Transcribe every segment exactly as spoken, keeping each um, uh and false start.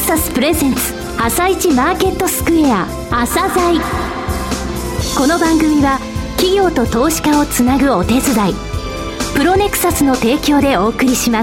サスプレゼンツ朝市マーケットスクエア朝鮮。この番組は企業と投資家をつなぐお手伝い、プロネクサスの提供でお送りします。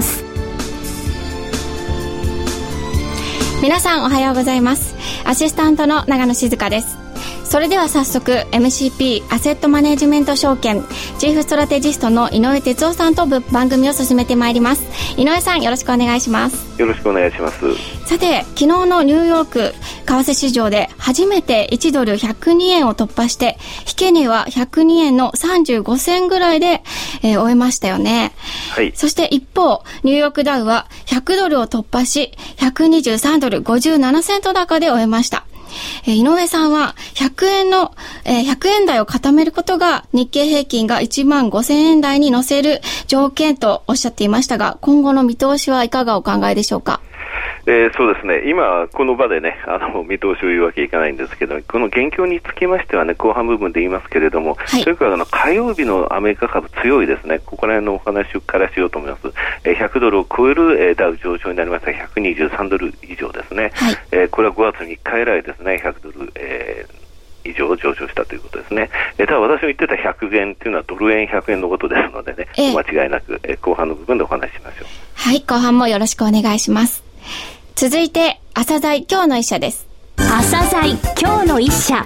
皆さんおはようございます。アシスタントの長野静香です。それでは早速 エムシーピー アセットマネジメント証券チーフストラテジストの井上哲夫さんと番組を進めてまいります。井上さん、よろしくお願いします。 よろしくお願いします。 さて、昨日のニューヨーク為替市場で初めていちドルひゃくにえんを突破して、引け値はひゃくにえんのさんじゅうごせんぐらいで、えー、終えましたよね。はい。そして一方、ニューヨークダウはひゃくドルを突破し、ひゃくにじゅうさんドルごじゅうななセント高で終えました。えー、井上さんはひゃくえんの、えー、ひゃくえん台を固めることが日経平均がいちまんごせんえん台に乗せる条件とおっしゃっていましたが、今後の見通しはいかがお考えでしょうか。 えー、そうですね、今この場でね、あの見通しを言うわけいかないんですけど、この現況につきましてはね、後半部分で言いますけれども、はい、それからあの火曜日のアメリカ株強いですね。ここら辺のお話からしようと思います。えー、ひゃくドルを超える、えー、ダウ上昇になりましたひゃくにじゅうさんドル以上ですね。はい、えー、これはごがつみっか以来ですね、ひゃくドル、えー以上上昇したということですね。えただ私の言ってたひゃくえんというのはドル円ひゃくえんのことですのでね、えー、間違いなく、えー、後半の部分でお話ししましょう。 はい、後半もよろしくお願いします。続いて朝鮮今日の一社です。 朝鮮今日の一社。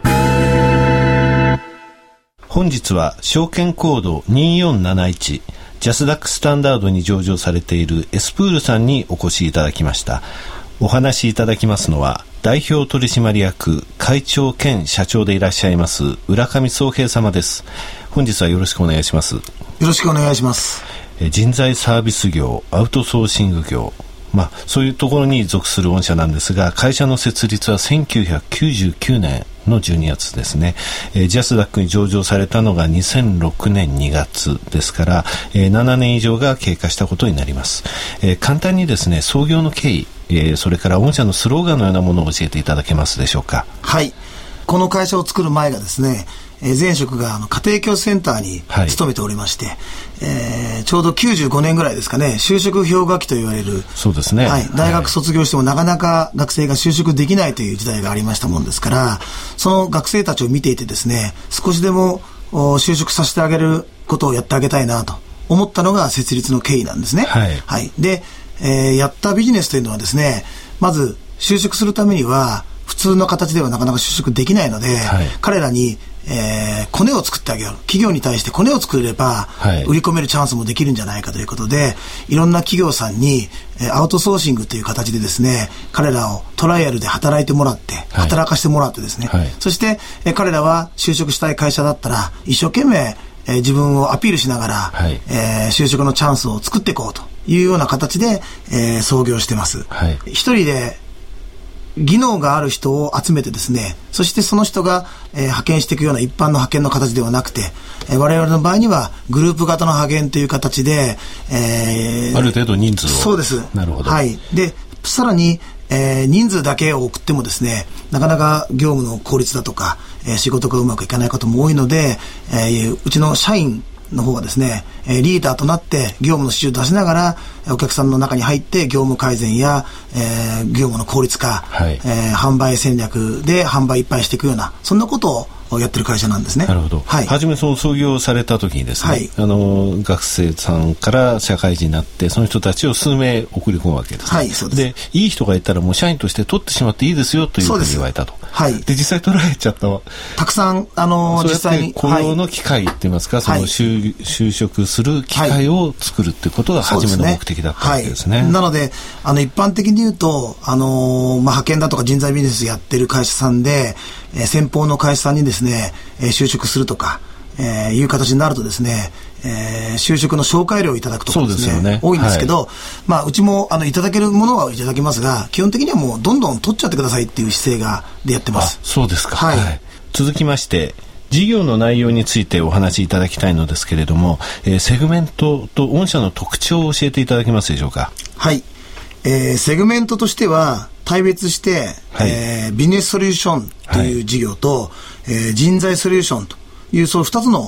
本日は証券コードによんなないちジャスダックスタンダードに上場されているエスプールさんにお越しいただきました。お話しいただきますのは代表取締役会長兼社長でいらっしゃいます浦上宗平様です。本日はよろしくお願いします。よろしくお願いします。 え人材サービス業、アウトソーシング業、まあ、そういうところに属する御社なんですが、会社の設立はせんきゅうひゃくきゅうじゅうきゅうねんのじゅうにがつですね。えー、ジャスダックに上場されたのがにせんろくねんにがつですから、えー、ななねん以上が経過したことになります。えー、簡単にですね、創業の経緯、えー、それから御社のスローガンのようなものを教えていただけますでしょうか。 はい。この会社を作る前がですね、えー、前職があの家庭教師センターに勤めておりまして、はい、えー、ちょうどきゅうじゅうごねんぐらいですかね、就職氷河期と言われる。 そうですね。 はい。大学卒業してもなかなか学生が就職できないという時代がありましたもんですから、その学生たちを見ていてですね、少しでも就職させてあげることをやってあげたいなと思ったのが設立の経緯なんですね。はい。はい。で、えー、やったビジネスというのはですね、まず就職するためには普通の形ではなかなか就職できないので、はい、彼らにえー、コネを作ってあげよう。企業に対してコネを作れば、はい、売り込めるチャンスもできるんじゃないかということで、いろんな企業さんに、えー、アウトソーシングという形でですね、彼らをトライアルで働いてもらって、はい、働かしてもらってですね、はい、そして、えー、彼らは就職したい会社だったら一生懸命、えー、自分をアピールしながら、はい、えー、就職のチャンスを作っていこうというような形で、えー、創業してます。はい、一人で技能がある人を集めてですね、そしてその人が、えー、派遣していくような一般の派遣の形ではなくて、えー、我々の場合にはグループ型の派遣という形で、えー、 ある程度人数を。 そうです。 なるほど。 はい。で、さらに、えー、人数だけを送ってもですね、なかなか業務の効率だとか、えー、仕事がうまくいかないことも多いので、えー、うちの社員の方がですね、リーダーとなって業務の指示を出しながらお客さんの中に入って業務改善や、えー、業務の効率化、はい、えー、販売戦略で販売いっぱいしていくような、そんなことをやってる会社なんですね。 なるほど。はい。はじめその創業された時にですね、はい、あの学生さんから社会人になってその人たちを数名送り込むわけです、ね。はい、そうです。で、いい人がいたらもう社員として取ってしまっていいですよというふうに言われたと。はい。で、実際取られちゃった。 たくさんあの実際に雇用の機会って言いますか、はい、その 就,、はい、就職する機会を作るっていうことが初めの目的だったわけですね。はい、 なのであの一般的に言うとあの、まあ、派遣だとか人材ビジネスやってる会社さんで、えー、先方の会社さんにですね、えー、就職するとか、えー、いう形になるとですね、えー、就職の紹介料をいただくとかですね、そうですよね、多いんですけど、はい、まあうちもあのいただけるものはいただけますが、基本的にはもうどんどん取っちゃってくださいっていう姿勢がでやってます。 あ、そうですか。はい。はい、続きまして事業の内容についてお話しいただきたいのですけれども、えー、セグメントと御社の特徴を教えていただけますでしょうか。 はい、えー、セグメントとしては対別して、はい、えー、ビジネスソリューションという事業と、はい、えー、人材ソリューションというそうふたつの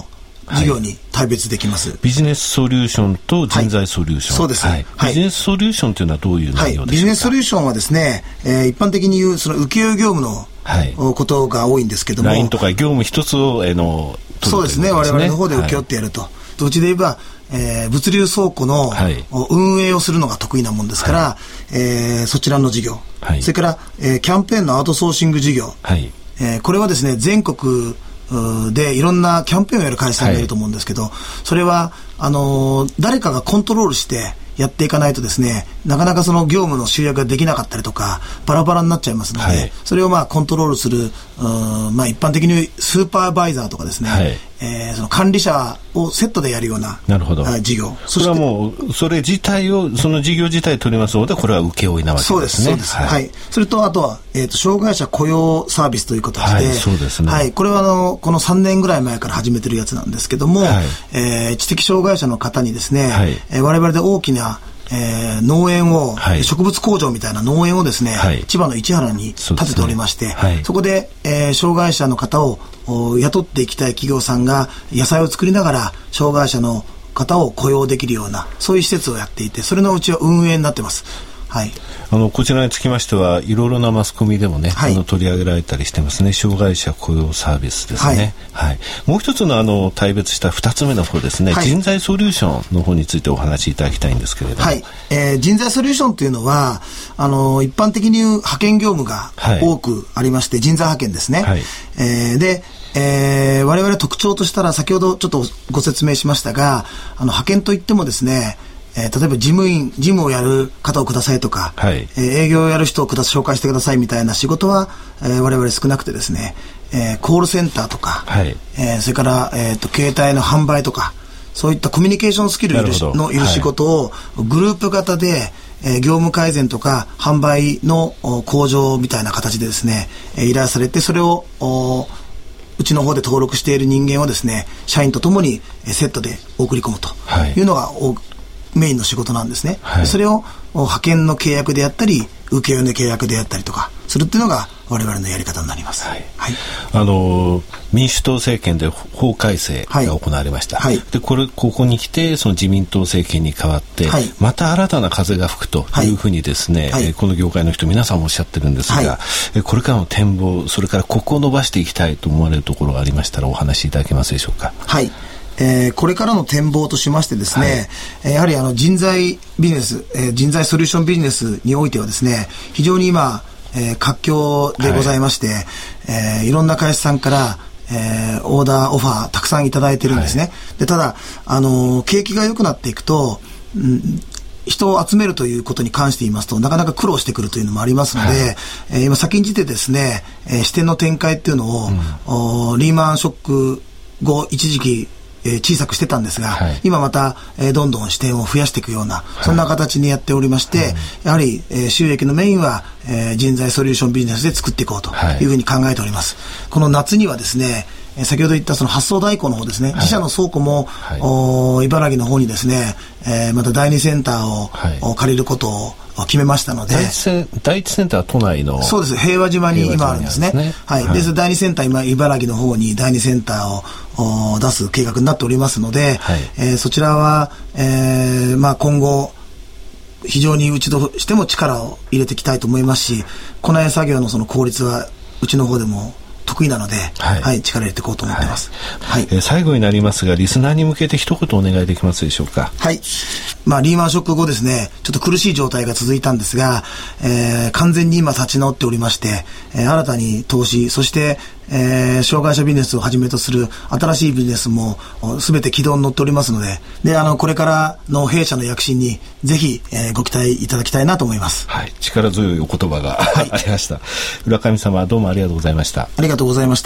事業に大別できます、 はい、ビジネスソリューションと人材ソリューション、 はい、そうです、はい、 ビジネスソリューションというのはどういう内容でしょうか。はい、 ビジネスソリューションはですね、えー、一般的に言うその請負業務の、はい、ことが多いんですけども、 ライン とか業務一つを、えー、の取るということですね。 そうですね、我々の方で請け負ってやると、はい、うちで言えば、えー、物流倉庫の、はい、運営をするのが得意なもんですから、はい、えー、そちらの事業、はい、それから、えー、キャンペーンのアウトソーシング事業、はい、えー、これはですね、全国でいろんなキャンペーンをやる会社さんがいると思うんですけど、はい、それはあのー、誰かがコントロールしてやっていかないとですね、なかなかその業務の集約ができなかったりとかバラバラになっちゃいますので、はい、それをまあコントロールする、まあ、一般的にスーパーバイザーとかですね、はい、えー、その管理者をセットでやるような、なるほど、事業、 それはもうそれ自体をその事業自体取りますので、これは請負なわけですね。 そうですそうです、はいはい、それとあとは、えー、と障害者雇用サービスという形で、はい、そうですね、はい、これはあのこのさんねんぐらい前から始めてるやつなんですけども、はい、えー、知的障害者の方にですね、はい、えー、我々で大きなえー、農園を、はい、植物工場みたいな農園をですね、はい、千葉の市原に建てておりまして、 そ, で、ねはい、そこで、えー、障害者の方を雇っていきたい企業さんが野菜を作りながら障害者の方を雇用できるようなそういう施設をやっていて、それのうちは運営になってます。はい、 あのこちらにつきましてはいろいろなマスコミでもね、はい、あの取り上げられたりしてますね。障害者雇用サービスですね、はいはい、もう一つのあの大別した二つ目の方ですね、はい、人材ソリューションの方についてお話しいただきたいんですけれども、 はい、えー、人材ソリューションというのはあの一般的に言う派遣業務が多くありまして、はい、人材派遣ですね、はい、えー、でえー、我々特徴としたら先ほどちょっとご説明しましたが、あの派遣といってもですね、えー、例えば事務員、事務をやる方をくださいとか、はい、えー、営業をやる人をくだ紹介してくださいみたいな仕事は、えー、我々少なくてですね、えー、コールセンターとか、はい、えー、それから、えーと、携帯の販売とか、そういったコミュニケーションスキルのいる仕事をグループ型で、えー、業務改善とか販売の向上みたいな形でですね、えー、依頼されて、それをうちの方で登録している人間をですね、社員とともにセットで送り込むというのが、はい、メインの仕事なんですね、はい、それを派遣の契約であったり請負の契約であったりとかするっていうのが我々のやり方になります、はいはい、 あの民主党政権で法改正が行われました、はい、でこれここに来てその自民党政権に変わって、はい、また新たな風が吹くというふうにですね、はい、この業界の人皆さんおっしゃってるんですが、はい、これからの展望、それからここを伸ばしていきたいと思われるところがありましたらお話しいただけますでしょうか。 はい、えー、これからの展望としましてですね、はい、やはりあの人材ビジネス、えー、人材ソリューションビジネスにおいてはですね、非常に今、えー、活況でございまして、はい、えー、いろんな会社さんから、えー、オーダーオファーたくさんいただいてるんですね、はい、でただ、あのー、景気が良くなっていくと、うん、人を集めるということに関して言いますとなかなか苦労してくるというのもありますので、はい、えー、今先んじてですね、えー、支店の展開っていうのを、うん、リーマンショック後一時期えー、小さくしてたんですが、はい、今また、えー、どんどん支店を増やしていくような、はい、そんな形にやっておりまして、はい、やはり、えー、収益のメインは、えー、人材ソリューションビジネスで作っていこうというふうに考えております、はい、この夏にはですね、えー、先ほど言ったその発送代行の方ですね、はい、自社の倉庫も、はい、お茨城の方にですね、えー、また第二センターを、はい、借りることを決めましたので、 第一セ、第一センターは都内の、 そうです、平和島に今あるんですね、ね、はい、はい、で第二センター今茨城の方に第二センターを出す計画になっておりますので、はい、えー、そちらは、えーまあ、今後非常にうちとしても力を入れていきたいと思いますし、粉絵作業のその効率はうちの方でも得意なので、はいはい、力入れていこうと思ってます、 はいはい、えー、最後になりますがリスナーに向けて一言お願いできますでしょうか。 はい、まあ、リーマンショック後ですね、ちょっと苦しい状態が続いたんですが、えー、完全に今立ち直っておりまして、えー、新たに投資、そして、えー、障害者ビジネスをはじめとする新しいビジネスも全て軌道に乗っておりますので、で、あの、これからの弊社の躍進にぜひ、えー、ご期待いただきたいなと思います。 はい、力強いお言葉が、はい、ありました。浦上様、どうもありがとうございました。 ありがとうございました。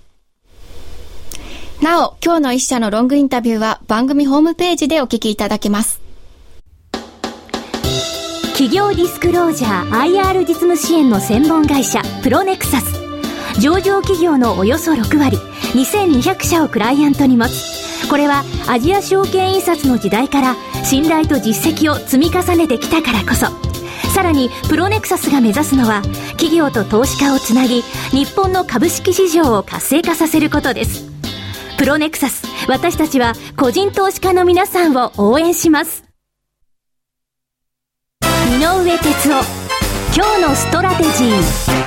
なお、今日の一社のロングインタビューは番組ホームページでお聞きいただけます。 企業ディスクロージャー アイアール 実務支援の専門会社プロネクサス、上場企業のおよそろくわりにせんにひゃくしゃをクライアントに持つ。これはアジア証券印刷の時代から信頼と実績を積み重ねてきたからこそ、さらにプロネクサスが目指すのは企業と投資家をつなぎ日本の株式市場を活性化させることです。プロネクサス私たちは個人投資家の皆さんを応援します。井上哲夫、今日のストラテジー。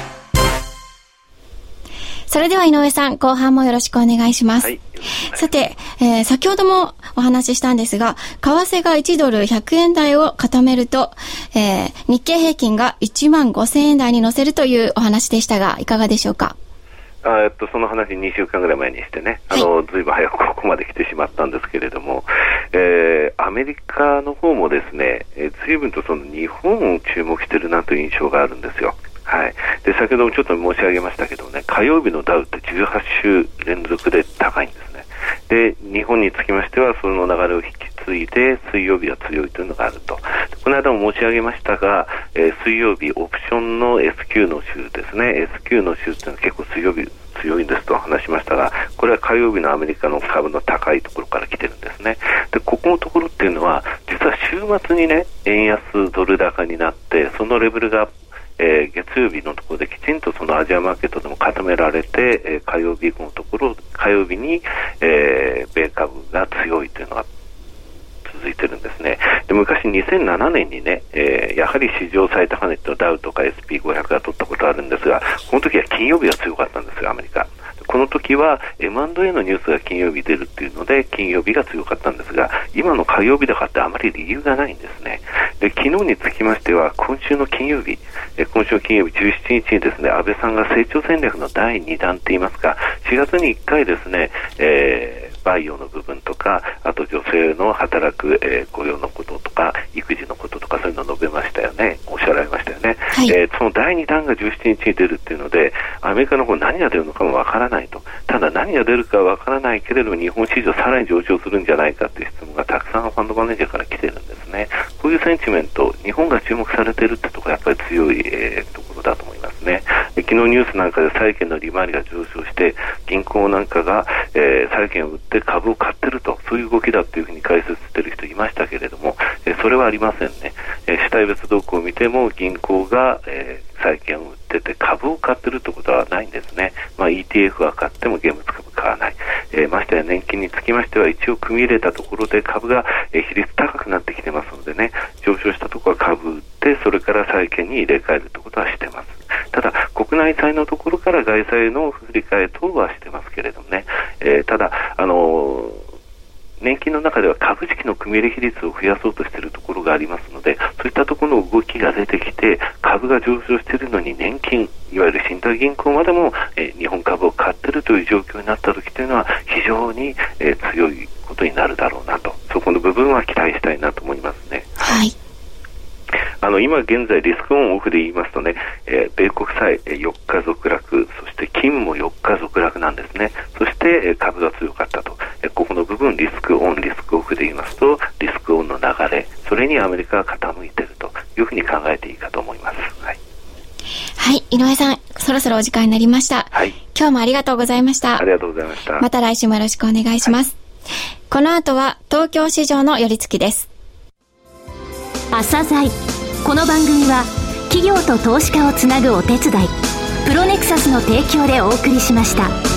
それでは井上さん、後半もよろしくお願いします。はい、さて、えー、先ほどもお話ししたんですが、為替がいちドルひゃくえん台を固めると、えー、日経平均がいちまんごせんえん台に乗せるというお話でしたが、いかがでしょうか。 あえっと、その話にしゅうかんぐらい前にしてね、あの、ずいぶん早くここまで来てしまったんですけれども、えー、アメリカの方もですね、えー、随分とその日本を注目しているなという印象があるんですよ。はい。で、先ほどもちょっと申し上げましたけどね、火曜日のダウってじゅうはち週連続で高いんですね。で、日本につきましてはその流れを引き継いで水曜日は強いというのがあると。この間も申し上げましたが、えー、水曜日オプションの エスキュー の週ですね。エスキュー の週っていうのは結構水曜日強いんですと話しましたが、これは火曜日のアメリカの株の高いところから来てるんですね。で、ここのところっていうのは実は週末にね、円安ドル高になってそのレベルがえー、月曜日のところできちんとそのアジアマーケットでも固められて、えー、火曜日以降のところ火曜日に、えー、米株が強いというのが続いてるんですね。で、昔にせんななねんにね、えー、やはり史上最高値とダウとか エスピーごひゃく が取ったことがあるんですが、この時は金曜日が強かったんですよ、アメリカ。この時は エムアンドエー のニュースが金曜日出るっていうので金曜日が強かったんですが、今の火曜日高ってあまり理由がないんですね。で、昨日につきましては今週の金曜日、え今週の金曜日じゅうしちにちにですね、安倍さんが成長戦略のだいにだんって言いますか、しがつにいっかいですね、えーバイオの部分とか、あと女性の働く、えー、雇用のこととか育児のこととかそういうのを述べましたよね、おっしゃられましたよね、はい。えー、そのだいにだんがじゅうしちにちに出るっていうのでアメリカの方何が出るのかもわからないと。ただ何が出るかわからないけれども日本市場さらに上昇するんじゃないかっていう質問がたくさんファンドマネージャーから来てるんですね。こういうセンチメント、日本が注目されているってところはやっぱり強い、えー、ところだと思いますね。で、昨日ニュースなんかで債券の利回りが上昇して銀行なんかが、えー、債券を売って株を買ってると、そういう動きだというふうに解説している人いましたけれども、えー、それはありませんね。えー、主体別動向を見ても銀行が、えー、債券を売ってて株を買ってるってことはないんですね。まあ、イーティーエフ は買っても現物株買わない、えー、ましてや年金につきましては一応組み入れたところで株が、えー、比率高くなってきてますのでね、上昇したところは株売ってそれから債券に入れ替えるってことはしてます。ただ国内債のところから外債の振り替え等はしてますけれどもね、えー、ただあのー年金の中では株式の組み入れ比率を増やそうとしているところがありますので、そういったところの動きが出てきて株が上昇しているのに年金、いわゆる信託銀行までも、えー、日本株を買っているという状況になった時というのは非常に、えー、強いことになるだろうなと、そこの部分は期待したいなと思いますね。 はい。 あの今現在リスクオンオフで言いますとね、えー、米国債よっか続落、そして金もよっか続落なんですね。そして、えー、株が強かったと、えー、ここの部分リスクオンリスクオフで言いますとリスクオンの流れ、それにアメリカが傾いているというふうに考えていいかと思います。はい、 はい、井上さん、そろそろお時間になりました。はい、今日もありがとうございました。 ありがとうございました。 また来週もよろしくお願いします。はい、この後は東京市場の寄り付きです。 朝鮮、この番組は企業と投資家をつなぐお手伝いプロネクサスの提供でお送りしました。